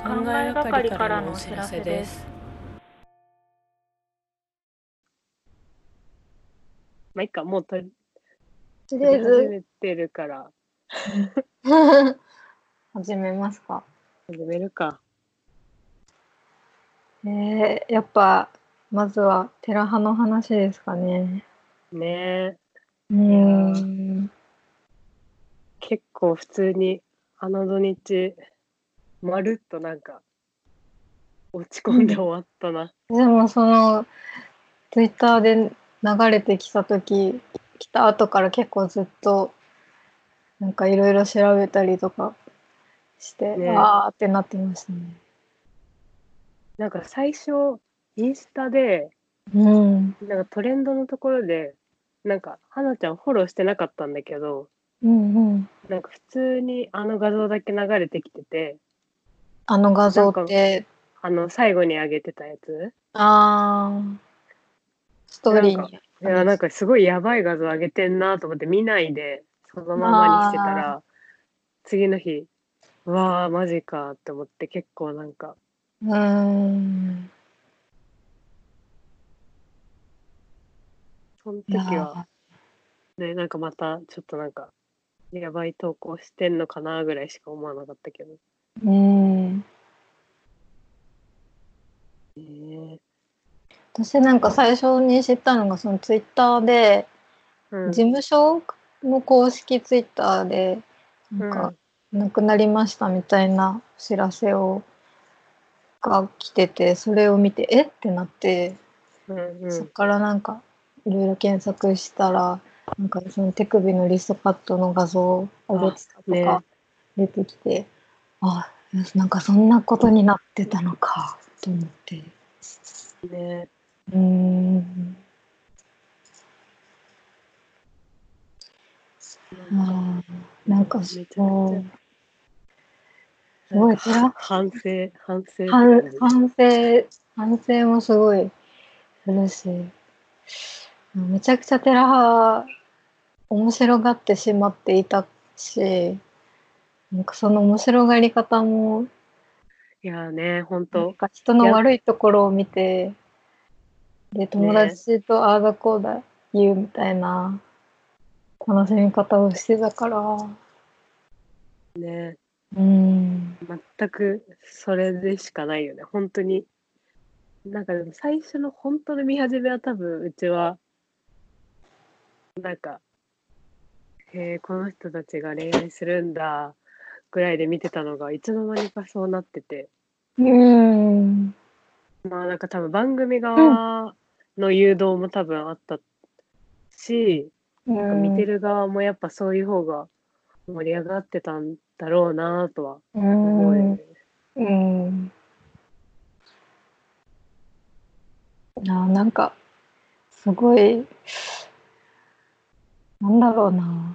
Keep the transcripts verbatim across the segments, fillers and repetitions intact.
考えがかりからのお知らせです。 まあいいか、もうとりと撮り始めてるから始めますか。 始めるか。 えー、やっぱまずはテラハの話ですかね。 ねうーん。 結構普通にあの土日まるっとなんか落ち込んで終わったな。 うん、でもそのツイッターで流れてきた時来た後から結構ずっとなんかいろいろ調べたりとかして、 ね、 あーってなってましたね。 なんか最初インスタで、 うん、 なんかトレンドのところでなんか花ちゃんフォローしてなかったんだけど、 うんうん、 なんか普通にあの画像だけ流れてきてて、 あの画像っなんかてあの最後に上げてたやつあーストーなんかリーにいやなんあげてかすごいやばい画像上げてんなと思って見ないでそのままにしてたあら、次の日うわーマジかって思って結構なんかーうーんそのいや時はねなんかまたちょっとなんかやばい投稿してんのかなぐらいしか思わなかったけど。 ーうんえー、 私なんか最初に知ったのがそのツイッターで事うん務所の公式ツイッターでなんかうん亡くなりましたみたいなお知らせをが来てて、それを見てえってなって、 うんうんそっからなんかいろいろ検索したらなんかその手首のリストカットの画像を上げあてたとかね出てきて、あ、なんかそんなことになってたのかと思って。 ねうーん。 なんかあーなんかめちゃくちゃそう、すなんかごいテラ反省反省って反感じ。 反省反省もすごいするし、めちゃくちゃテラハ面白がってしまっていたし、なんかその面白がり方も、 いやーね本なん当か人のや悪いところを見て、で、友ね達とああだこうだ言うみたいな楽しみ方をしてたから、 ねうん。 全くそれでしかないよね本当に。なんかでも最初の本当の見始めは多分うちはなんかへえこの人たちが恋愛するんだぐらいで見てたのがいつの間にかそうなってて、 うん。 まあなんか多分番組うん。 側の誘導も多分あったし、 うなんか見てん。 る側もやっぱそういう方が盛り上がってたんだろうなとはうん。 思うよね。 うん。あ、なんか、すごい、なんだろうな。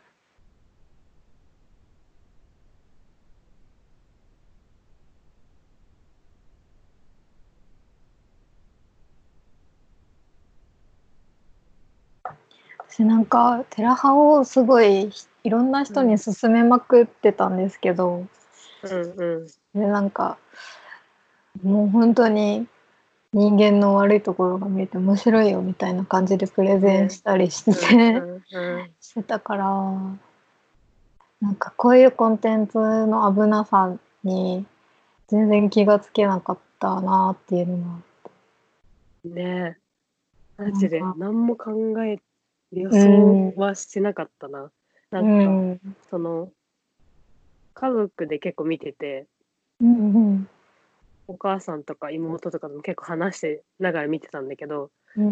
私なんか、テラハをすごいいろんな人にうん、 勧めまくってたんですけど、 うんうんで、なんか、もう本当に人間の悪いところが見えて面白いよみたいな感じでプレゼンね、 したりしてうんてうんうしてたから、なんかこういうコンテンツの危なさに全然気がつけなかったなっていうのは、 んね、マジでなんか、 何も考え予う想ん、 はしてなかったな。なうんかん、 その家族で結構見てて、 うん、うん、 お母さんとか妹とかとも結構話してながら見てたんだけど、 うん、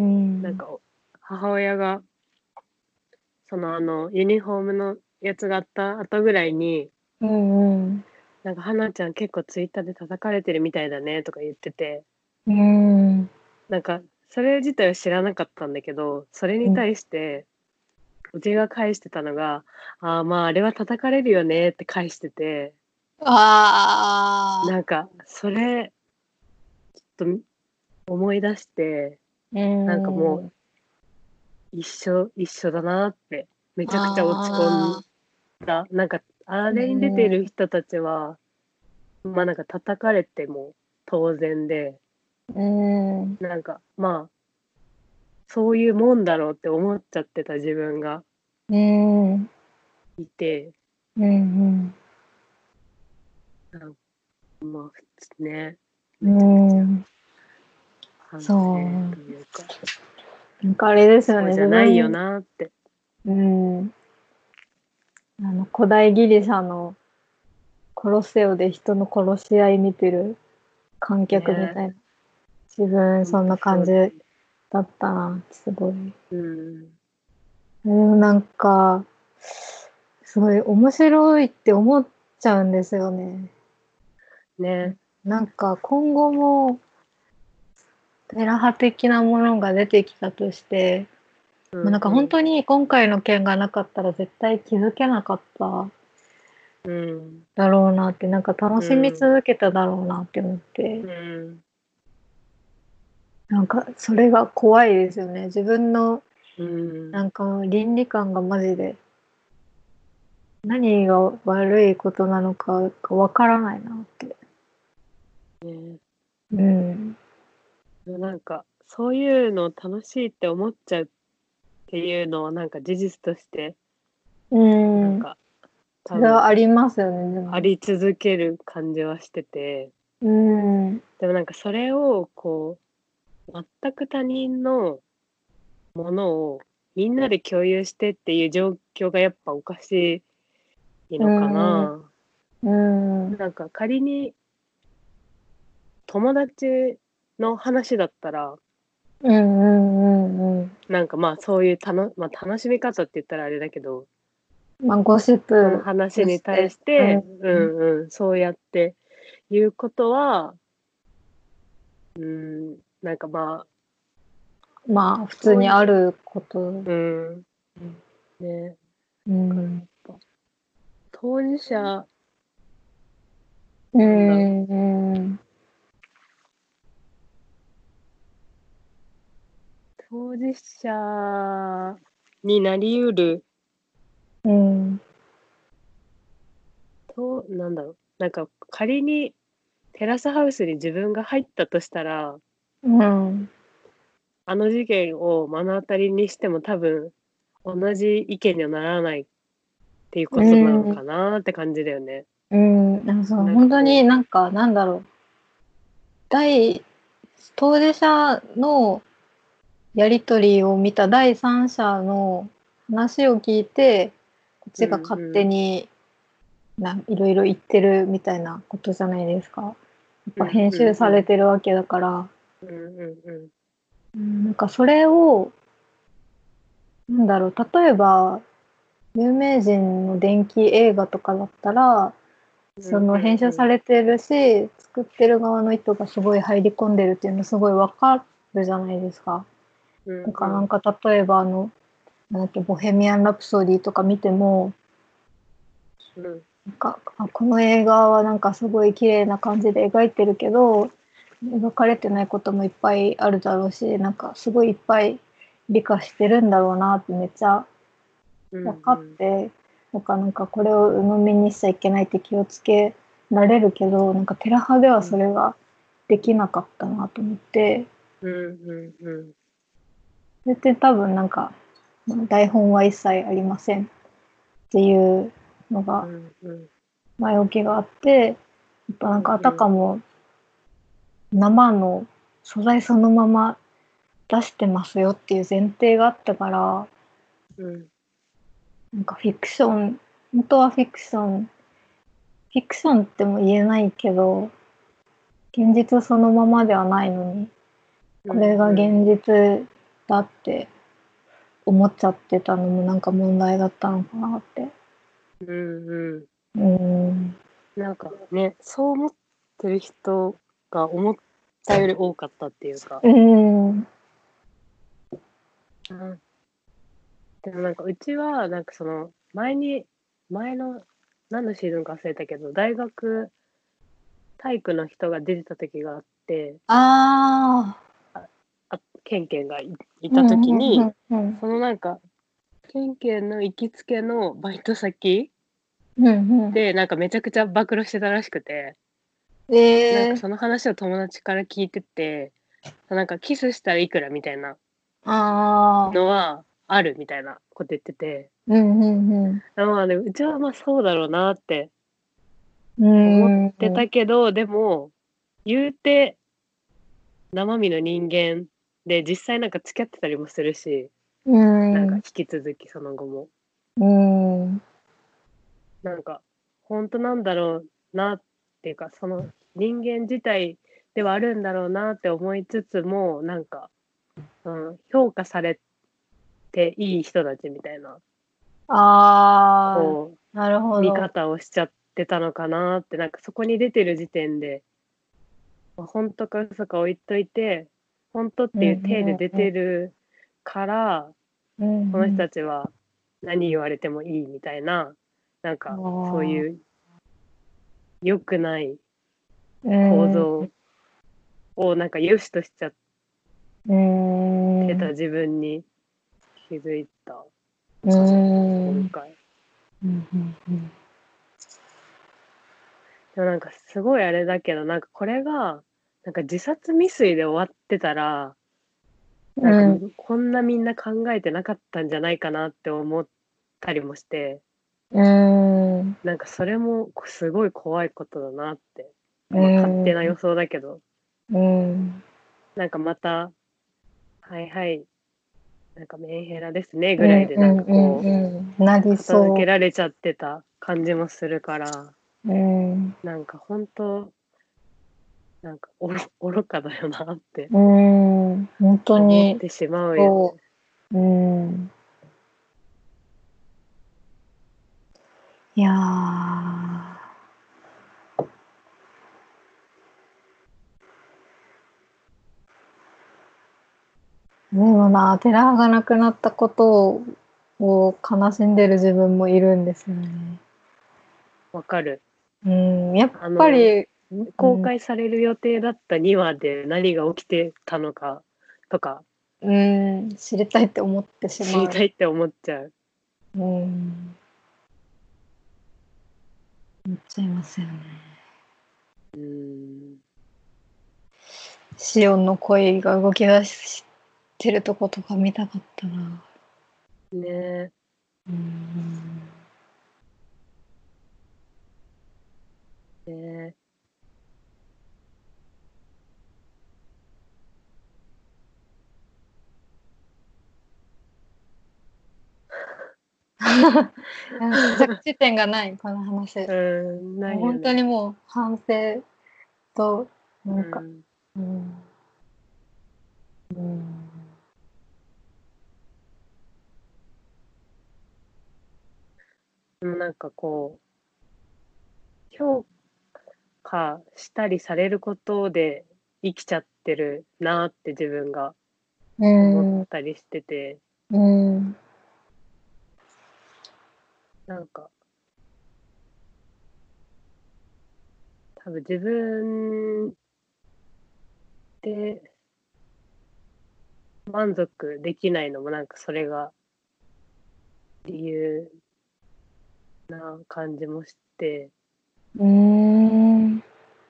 なんか母親がそのあのユニフォームのやつがあった後ぐらいに、 うん、 なんか花ちゃん結構ツイッターで叩かれてるみたいだねとか言ってて、 うん、 なんかそれ自体は知らなかったんだけど、それに対してうちが返してたのが、ああまああれは叩かれるよねって返してて、 ああ、 なんかそれちょっと思い出して、 うなんかもん、 う一緒一緒だなってめちゃくちゃ落ち込んああ、 だ。なんかあうれに出てるん、 人たちはまあなんか叩かれても当然で、 うんなんかまあそういうもんだろうって思っちゃってた自分がうんいて、 うんなんかまあ普通ね、 うめちゃくちゃん反省そうというか、 なんかあれですよそうね、自じゃないよ分、 なって。 うんあの古代ギリシャのコロッセオで人の殺し合い見てる観客みね、 たいな、自分ほんとそんな感じそうだよね。 だったな、すごい。 うん。 でもなんか、すごい面白いって思っちゃうんですよね。 ね。 なんか今後もテラハ的なものが出てきたとして、 うんまあなんか本うん。 当に今回の件がなかったら絶対気づけなかったうん。 だろうなって、なんか楽しみうん。 続けただろうなって思って、 うん。 なんかそれが怖いですよね。自分のうん。 なんか倫理観がマジで何が悪いことなのかがわからないなって。 ね。 うん。 なんかそういうの楽しいって思っちゃうっていうのはなんか事実としてうん。 なんかそれはあ多分りますよね、でも。 あり続ける感じはしてて、 うん。 でもなんかそれをこう全く他人のものをみんなで共有してっていう状況がやっぱおかしいうのかん。 な。 うん。 なんか仮に友達の話だったら、 うんうんうんうん。 なんかまあそういうたの、まあ、楽しみ方って言ったらあれだけど、 まあ、ゴシッそのプ話に対として。 して、 うん。 うんうん、そうやって言うことは、うん、なんかまあ、 まあ、普通当に、 にあること。 うん、ね、 うだからやっん。 ぱ、当事者、 うなんだろう、 ん。うん。 当事者になりうる、 うん。 と、なんだろう、なんか仮にテラスハウスに自分が入ったとしたら、 うん。 あの事件を目の当たりにしても多分同じ意見にはならないっていううことなのん。 かなって感じだよね。 うん。あ、そう、 なんか本当にこなんか、なんだろう。第、当事者のやりとりを見た第三者の話を聞いて、こっう、うちが勝手んにないろいろ言ってるみたいなことじゃないですか。やっうん、 ぱ編うん集されうんてるわけだから、 うん、うんうんうん、なんかそれを、なんだろう、例えば、有名人の伝記映画とかだったら、 うん、 その編集さうんれてるし、作ってる側の意図がすごい入り込んでるっていうのすごいわかるじゃないですか。 うん、 だからなんうんか例えばあの、なんだっけ、ボヘミアン・ラプソディとか見ても、 うん、 なんか、あ、この映画はなんかすごい綺麗な感じで描いてるけど、描かれてないこともいっぱいあるだろうし、なんかすごいいっぱい美化してるんだろうなってめっちゃうん分かっうんて、なんかなんかこれを鵜呑みにしちゃいけないって気をつけられるけど、なんかテラハではうん、 それができなかったなと思って、 うんうんうんそれって多分なんか台本は一切ありませんっていうのがうんうん前置きがあって、やっぱなんかあたかも生の素材そのまま出してますよっていう前提があったから、 うん、 なんかフィクション、本当はフィクション、フィクションっても言えないけど、現実そのままではないのに、 うこれがん現実だって思っちゃってたのもなんか問題だったのかなって。 うんうん。 うん。 なんかね、そう思ってる人が思ったより多かったっていうか、 うん。 うん、でもなんかうちはなんかその前に前の何のシーズンか忘れたけど大学体育の人が出てた時があって、 ああ。 ああケンケンがいいたうんう時にんうんそのなんかケンケンの行きつけのバイト先うんうんでなんかめちゃくちゃ暴露してたらしくて、 えー、 なんかその話を友達から聞いてて、なんかキスしたらいくらみたいなああ、 のはあるみたいなこと言ってて、 うんうんあまあね、うちはまあそうだろうなってう思っん。うてーん。 たけど、でも、言うて生身の人間で実際なんか付き合ってたりもするし、 うなんかん。 引き続きその後も。 うん。 なんか、本当なんだろうなっていうか、その人間自体ではあるんだろうなって思いつつも、なんか、うん、評価されていい人たちみたいな、 あこあ、なるう、見ほど。 方をしちゃってたのかなって、なんかそこに出てる時点で、まあ本当か嘘か置いといて、本当っうんていう体で出うんてるから、 うん。 この人うんたちは何言われてもいいみたいな、なんうかそうん。ああ。 いう良くないうん。う構造をなんか良しとしちゃっーん。うてた自分に気づいたーかな、今ん。 回。 うんうんでもなんかすごいあれだけど、なんかこれが、なんか自殺未遂で終わってたら、なんかうん。 こんなみんな考えてなかったんじゃないかなって思ったりもして、 うん。うん。 なんかそれもすごい怖いことだなって。 うまあ勝手ん。 な予想だけど、 うん。 なんかまた、はいはい、なんかメンヘラですねうん。 ぐらいでなんかうんこう、 うん。なり片付けそられちゃってた感じもするから、 う。うん。 なんか本当、なんかおろ愚かだよなってうん。本当思っに、 てしまうよね。 そう。うん。いやー。でもな、テラーが亡くなったことを悲しんでる自分もいるんですよね。 わかる。 うん、やっあの、 ぱり、うん、 公開される予定だったにわで何が起きてたのかとかうん、知りたいって思ってし知りまう。 たいって思っちゃう。 うん、思っちゃいますよね。 うーん。 シオンの恋が動き出してるとことか見たかったな。 ねえ。 うん、 ねえ。 着地点がない、この話。 うーん、ないよ本当ね。 にもう反省と、なんか、 うん。 うん、うん、 でもなんかこう、評価したりされることで生きちゃってるなって自分がう思っん、 たりしてて、 うん、 なんか多分自分で満足できないのもなんかそれが理由な感じもして、 うん、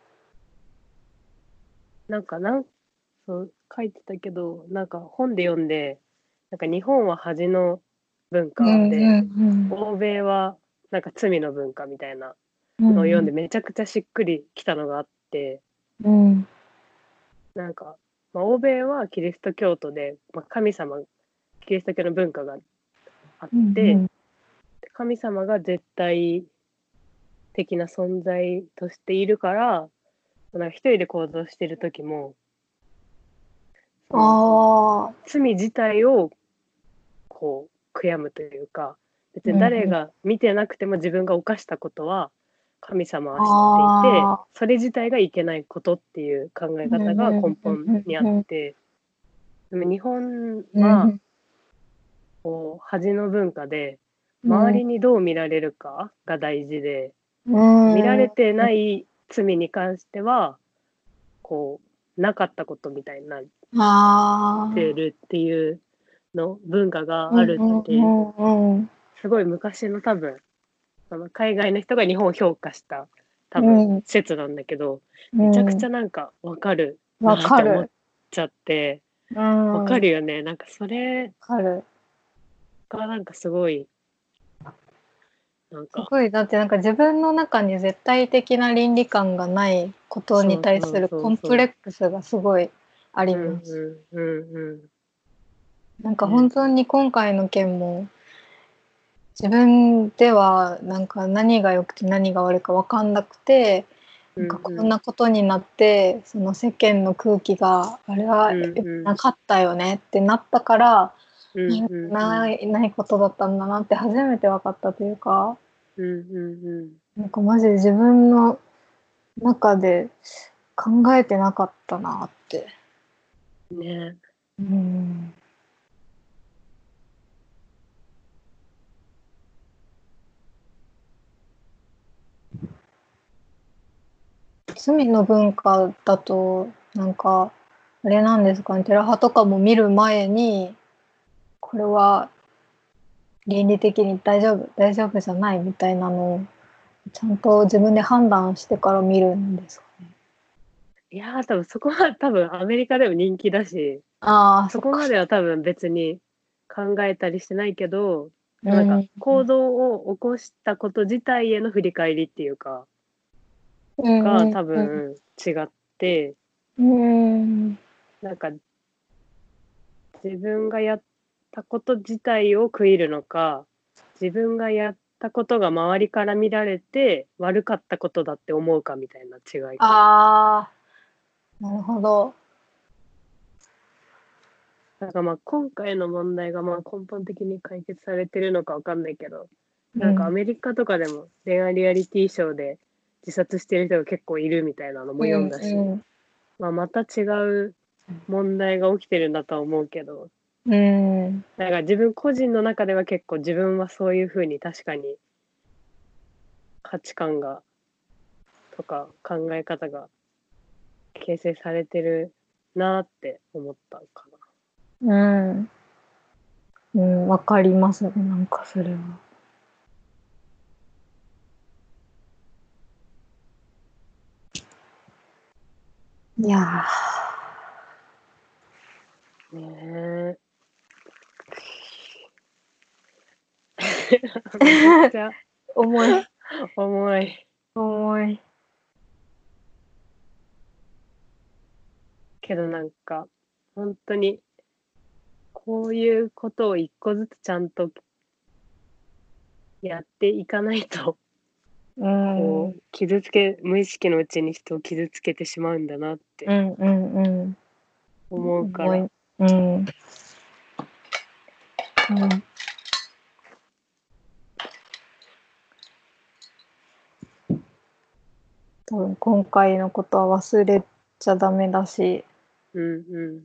なんかなんそう書いてたけど、なんか本で読んで、なんか日本は恥の文うん、 化で、 うん、 欧米はなんか罪の文化みたいなのを読んうん、 でめちゃくちゃしっくりきたのがあって、 うん、 なんか、まあ、欧米はキリスト教徒で、まあ、神様、キリスト教の文化があっうん、うて、 ん、 神様が絶対的な存在としているから、なんか一人で行動してる時も、そのああ、 罪自体をこう悔やむというか、別うん、 に誰うん、 が見てなくても自分が犯したことは神様は知っていて、 ああ、 それ自体がいけないことっていう考えうん、 方が根うん、うん、 本にあっうん、 て、でも日本うん、うはん、 こう恥の文化で、 うん、 周りにどう見られるかが大事で、 う見られん、 てない罪に関してはこうなかったことみたいになっあてるっていうの文化あ、うん、 があるうん、 って、 うん、うん、 すごい昔の多分その海外の人が日本を評価した多分説なんだけど、めちゃくちゃなんかわかるなわかって思っる。 ちゃって、 うん。 わかるよね。なんかそれわかる。 がなんかすごい、なんすか、 ごい、だってなんか自分の中に絶対的な倫理観がないことにそう対すそうそうるコンプレそックスがすごいあう。 りうんます。 うんうんうん。 なんか本ね。 当に今回の件も自分ではなんか何が良くて何が悪いか分かんなくて、 うなんかこんんなことになって、その世間の空気があれはうん良くうんなかったよねってなったから、 うんうんうんないないことだったんだなって初めて分かったというか、 うんうんなんかマジで自分の中で考えてなかったなって。 うん。ね。 うん。罪の文化だと、なんか、あれなんですかね、テラハとかも見る前に、これは倫理的に大丈夫、大丈夫じゃないみたいなのを、ちゃんと自分で判断してから見るんですかね。 いやー、多分そこは多分アメリカでも人気だし、 ああ、そそこっか。 までは多分別に考えたりしてないけど、 うなんかん。 行動を起こしたこと自体への振り返りっていうか、 うんうんが多分違って、 うん。 なんか自分がやったこと自体を悔いるのか、自分がやったことが周りから見られて悪かったことだって思うかみたいな違いかな。 ああ、なるほど。 なんかまあ今回の問題がまあ根本的に解決されてるのかわかんないけど、なんかアうん。 メリカとかでも恋愛リアリティショーで自殺してる人が結構いるみたいなのもうん読んだし、 うん。 まあ、また違う問題が起きてるんだとは思うけど、 うん。 だから自分個人の中では結構自分はそういうふうに確かに価値観がとか考え方が形成されてるなって思ったかうん。うん、わかりますね、なんかそれは。いやな。ねえ。めちゃくー、 ちゃ重い、 重い。 重い。 けどなんか本当にこういうことを一個ずつちゃんとやっていかないと、 うん。うんこう傷つけ無意識のうちに人を傷つけてしまうんだなってうんうん。 思うから。 重い。うん。うん。多分今回のことは忘れちゃダメだし、 うんうん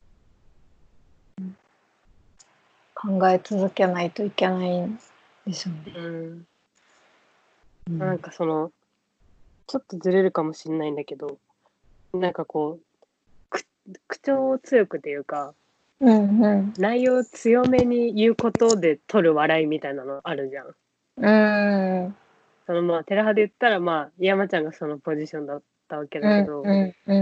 考え続けないといけないんでしょうね。 うん。 うん。 なんかそのちょっとずれるかもしれないんだけど、なんかこうく口調を強くというかうんうん。 内容を強めに言うことで取る笑いみたいなのあるじゃん。 うん。 そのまあテラハで言ったらまあ山ちゃんがそのポジションだったわけだうんけど、 うんうん。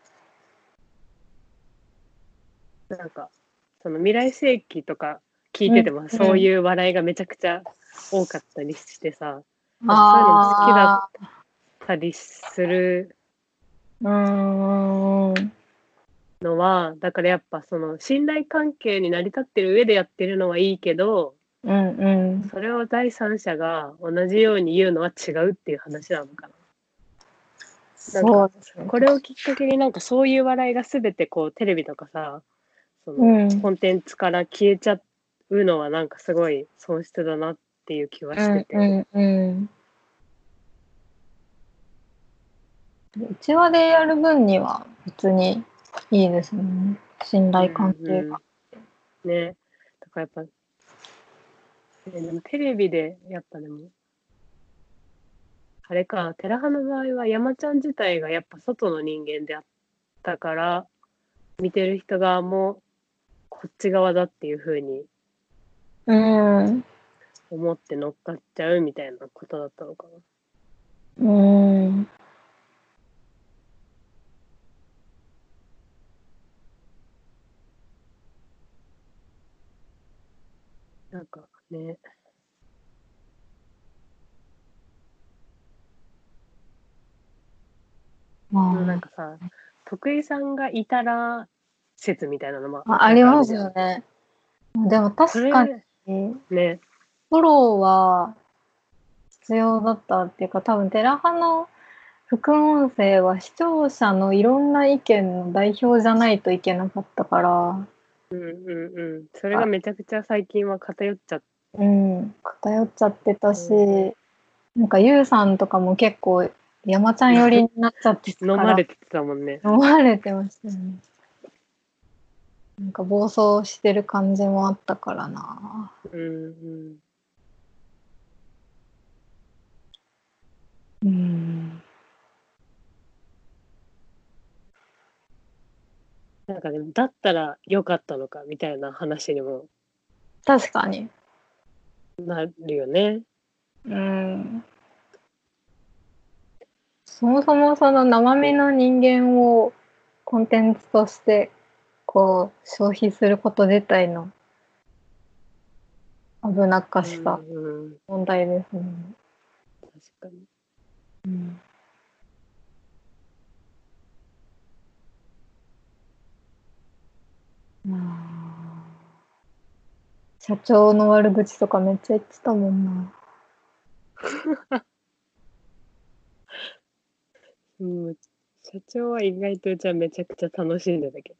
なんかその未来世紀とか聞いうんててもそうういう笑いがめちゃくちゃ多かったりしてさ、 ん。 なんかそういうのも好きだっああ。 たりするうーん。 のは、だからやっぱその信頼関係に成り立ってる上でやってるのはいいけど、 うんうん。 それを第三者が同じように言うのは違うっていう話なのかな。なんかそうですね。 これをきっかけになんかそういう笑いが全てこうテレビとかさ、そのうん。 コンテンツから消えちゃうのはなんかすごい損失だなっていう気はうんうしてて。 んうん。うちわでやる分には別にいいですもんね。信うん頼関係が。 うん。ね。だからやっぱ、ね、でもテレビでやっぱでも、あれか、テラハの場合は山ちゃん自体がやっぱ外の人間であったから、見てる人側もこっち側だっていう風にうん。 思って乗っかっちゃうみたいなことだったのかな。 うーん。 なんかね、なんまかさ、徳井さんがいたら説みたいなのもあ、あ、あなんりますかあるじゃん。 よね。でもそ確かれに、 ね、 フォローは必要だったっていうか、多分テラハの副音声は視聴者のいろんな意見の代表じゃないといけなかったから、 うんうんうん。それがあ、 めちゃくちゃ最近は偏っちゃっうん、偏っちゃってたし、 て、 なんかユウさんとかも結構山ちゃん寄りになっちゃってたから、 飲まれてたもんね。 飲まれてましたよね。なんか暴走してる感じもあったからな。 うんうん。 うん。 なんかでも、だったら良かったのかみたいな話にも確かに。 なるよね。 うん。そもそもその生身の人間をコンテンツとしてこう消費すること自体の危なっかうしさ、 んうん。 問題ですね。 確かに。 うん。まあ、社長の悪口とかめっちゃ言ってたもんな。 うん、社長は意外とうちはめちゃくちゃ楽しんでたけ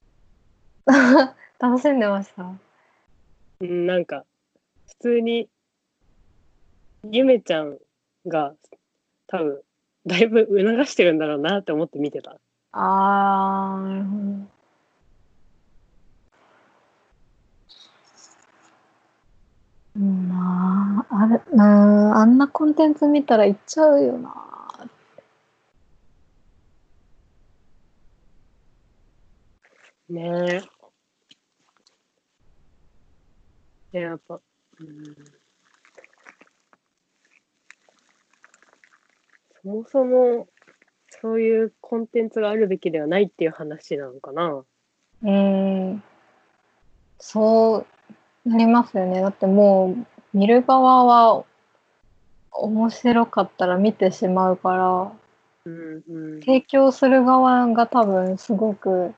楽しんでました。 ど。うん、なんか、普通に、ゆめちゃんが多分、だいぶ促してるんだろうなって思って見てた。 ああ、なるほど。うんなあ、あれ、うん、あんなコンテンツ見たら行っちゃうよな。 ねえ。でやっぱ、うん、そもそも、そういうコンテンツがあるべきではないっていう話なのかな。 うん、そうなりますよね。だってもう、見る側は面白かったら見てしまうから、 うんうん。 提供する側が多分すごく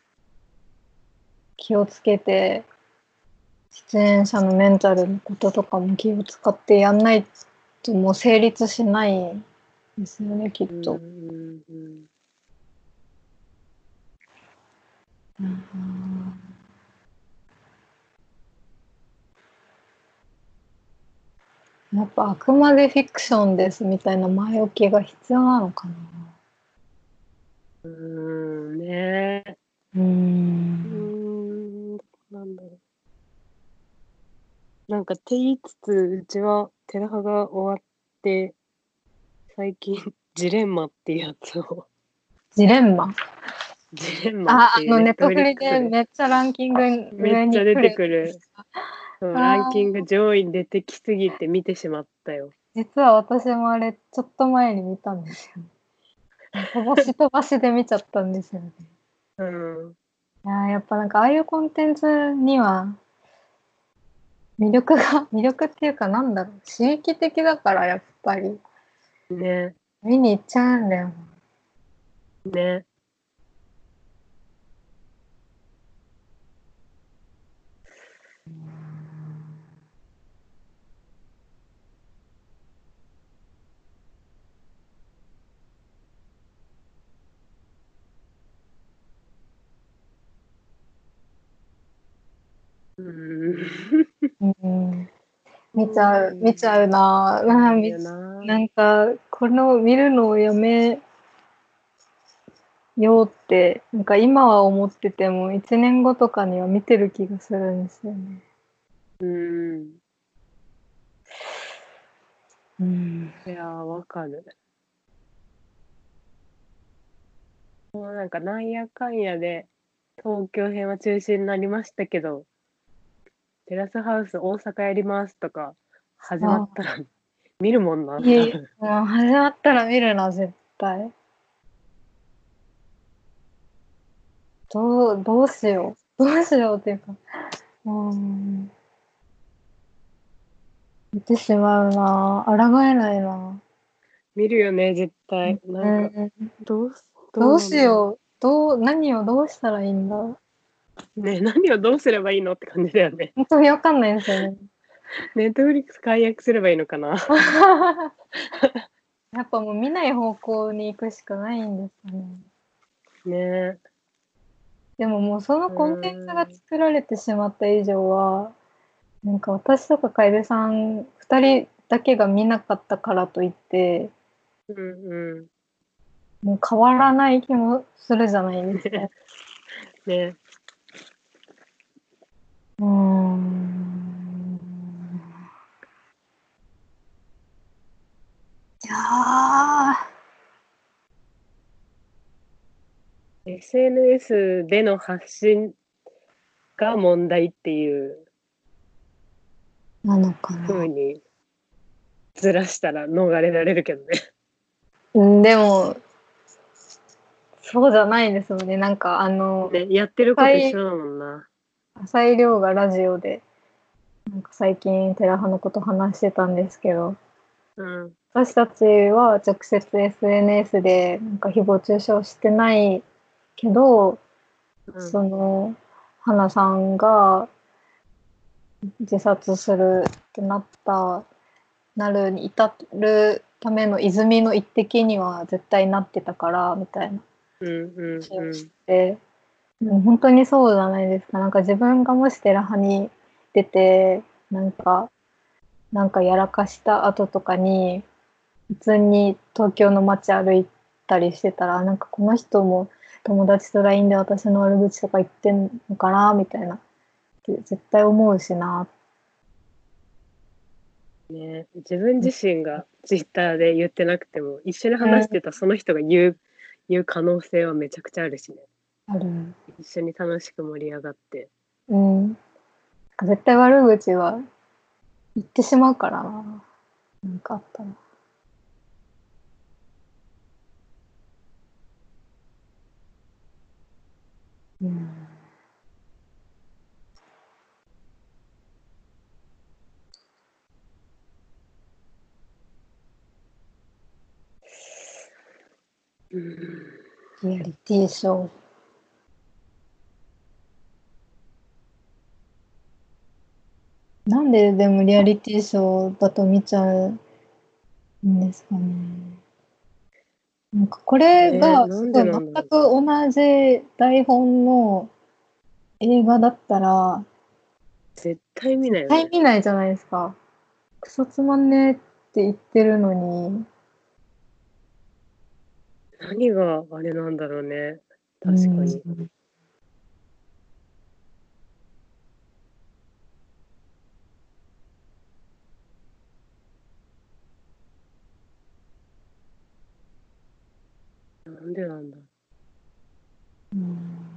気をつけて、出演者のメンタルのこととかも気を使ってやんないともう成立しないですよね、きっうんと。 うんうん。 うん、やっぱあくまでフィクションですみたいな前置きが必要なのかな。 うーん、ねえ。 うーうーん。 ん、なんだろう。なんかって言いつつ、うちはテラハが終わって、最近、ジレンマっていうやつを、 ジレンマ。 ジレンマっあ、 ていうあの、 ネットフリッネットフリクスで、 でめっちゃランキングめっ上ちゃ出てに来る。 くる、そう、ランキングああ、 上位に出てきすぎて見てしまったよ。 実は私もあれ、ちょっと前に見たんですよ。飛ばし飛ばしで見ちゃったんですよね。 うん。 いやー、やっぱなんかああいうコンテンツには魅力が魅力っていうかなんだろう、刺激的だからやっぱりね、 見に行っちゃうんだよな。 ね。うん。 うん、見ちうゃう見ちゃうな。なん。いいみよな。 なんかこの見るのをやめようってなんか今は思っててもいちねんごとかには見てる気がするんですよね。 うん。 うん。 いやー、わかる。もうなんかなんやかんやで東京編は中止になりましたけど、テラスハウス大阪やりますとか始まっあ、 たら見るもんな、多いい分。 もう始まったら見るな、絶対。どう、どうしよう。どうしようっていうか。うーん。見てしまうな。抗えないな。 見るよね、絶対。 うなんか、 ん。 どうす、どどううなんだろしよう。どう、何をどうしたらいいんだろう。 う。ね、何をどうすればいいのって感じだよね。 本当にわかんないんですよね。 ネットフリックス解約すればいいのかな。 やっぱもう見ない方向に行くしかないんですかね。 ね。 でももうそのうコンテンツがーん。 作られてしまった以上は、なんか私とか楓さんふたりだけが見なかったからといってうんうん。 もう変わらない気もするじゃないですか。 ね。 うーん。いやーエスエヌエス での発信が問題っていうなのかな。 風にずらしたら逃れられるけどね。 うんでもそうじゃないですよね。なんかあのね、やってること一浅井緒だもんな。 浅井亮がラジオでなんか最近テラハのこと話してたんですけど、 うん。 私たちは直接 エスエヌエス でなんか誹謗中傷してないけど、 うん。 その花さんが自殺するってなったなるに至るための泉の一滴には絶対なってたからみたいなうんうん話をしうん。 て、もう本当にそうじゃないですか。なんか自分がもしテラハに出てなんかなんかやらかした後とかに普通に東京の街歩いたりしてたら、なんかこの人も友達と ライン で私の悪口とか言ってんのかなみたいなって絶対思うしな。 ね、自分自身がツイッターで言ってなくても、一緒にうん、 話してたその人が言う言う可能性はめちゃくちゃあるしね。 ある。 一緒に楽しく盛り上がって。 うん。絶対悪口は言ってしまうからな。なんかあったら。うん。 うん。 リアリティショー。なんででもリアリティショーだと見ちゃうんですかね。なんかこれね、 がなんすごい全でなんだろう。 く同じ台本の映画だったら絶対見ない絶よね。 対見ないじゃないですか。クソつまんねえって言ってるのに。 何があれなんだろうね。 うん。 確かに。なんでなんだ。 うん、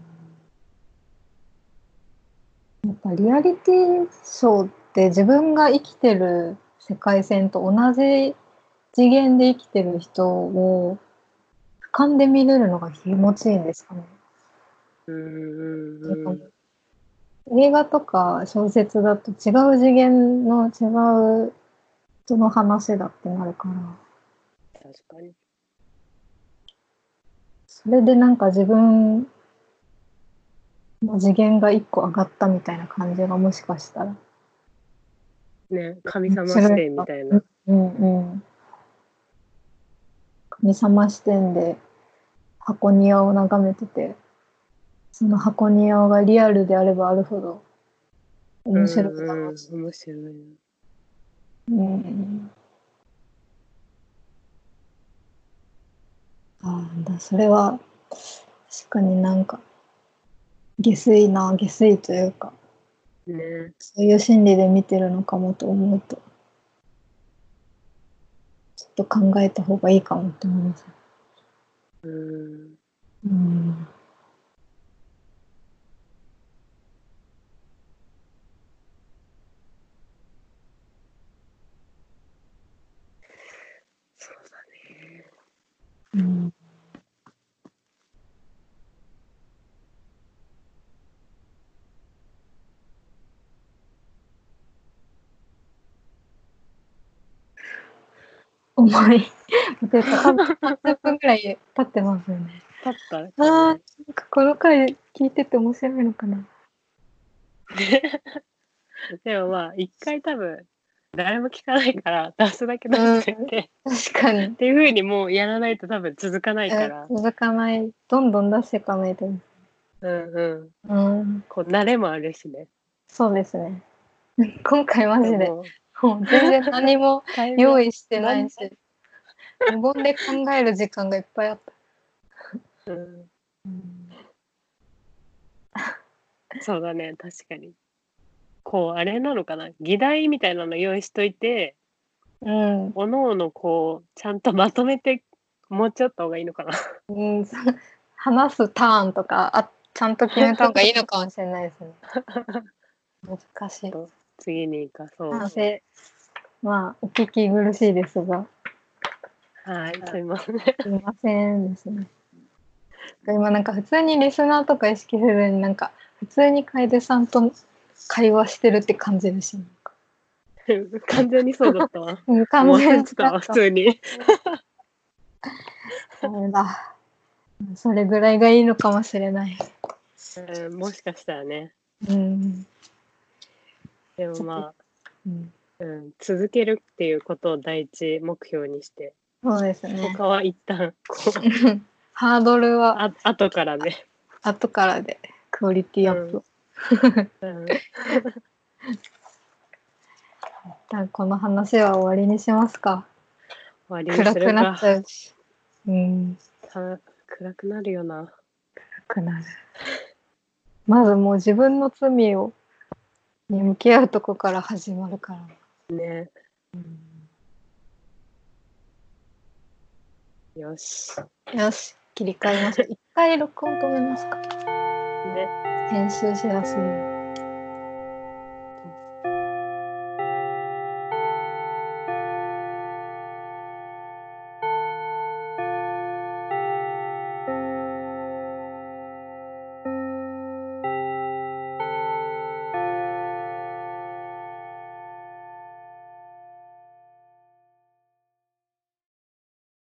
やっぱリアリティショーって自分が生きてる世界線と同じ次元で生きてる人を俯瞰で見れるのが気持ちいいんですかね。 うんうんうん。 なんかもう映画とか小説だと違う次元の違う人の話だってなるから、 確かに。 それでなんか自分の次元が一個上がったみたいな感じがもしかしたらね、神面様視白いか。 点みたいな。 うんうんうん。神様視点で箱庭を眺めてて、その箱庭がリアルであればあるほどう面白いだろんうん。 うし。 面白いな。 うん。ああ、だ、それは確かになんか下水な、下水というか、 ね。 そういう心理で見てるのかもと思うと、ちょっと考えた方がいいかもって思います。 うん。 うん。 うん重い。てか多分さんじゅっぷんぐらい経ってますよね。 経ったああ、なんかこの回聞いてて面白いのかな。 でもまあ一回多分誰も聞かないから出すだけ出してって、 確かに。 っていう風にもうやらないと多分続かないかえら、 続かない。どんどん出していかないと。 うんうん、 うん、 こう慣れもあるしね。 そうですね。今回マジでももう全然何もうタイム用意してないなんし、無言で考える時間がいっぱいあった。 うん、 うんそうだね、確かに。こうあれなのかな、議題みたいなの用意しといて、 うん、 おのおのこうちゃんとまとめて持っちゃった方がいいのかな。 うん、そ話すターンとかあちゃんと決めた方がいいのかもしれないですね。難しい。 と次に生かそう。 反省。まあお聞き苦しいですが、 はい、すいません。 すいませんですね。今なんか普通にリスナーとか意識せずになんか普通に楓さんと会話してるって感じでした。なんか完全にそうだったわ。 うん完もう忘全にれてたわ、普通に。 ダメだ。それぐらいがいいのかもしれない。 うん、もしかしたらね。 うん。 でもまうん、 あ、うん、続けるっていうことを第一目標にして、 そうですね。 他は一旦こうハードルはあ後からね。 後からでクオリティアップ。 うん、 一旦この話は終わりにしますか。 終わりに暗くするか。 なっちゃうし。うん。 た暗くなるよな。 暗くなる。まずもう自分の罪をに向き合うとこから始まるから。 ね。 うん、 よし。 よし、切り替えましょう。一回録音止めますか。 ね。 編集しやすい。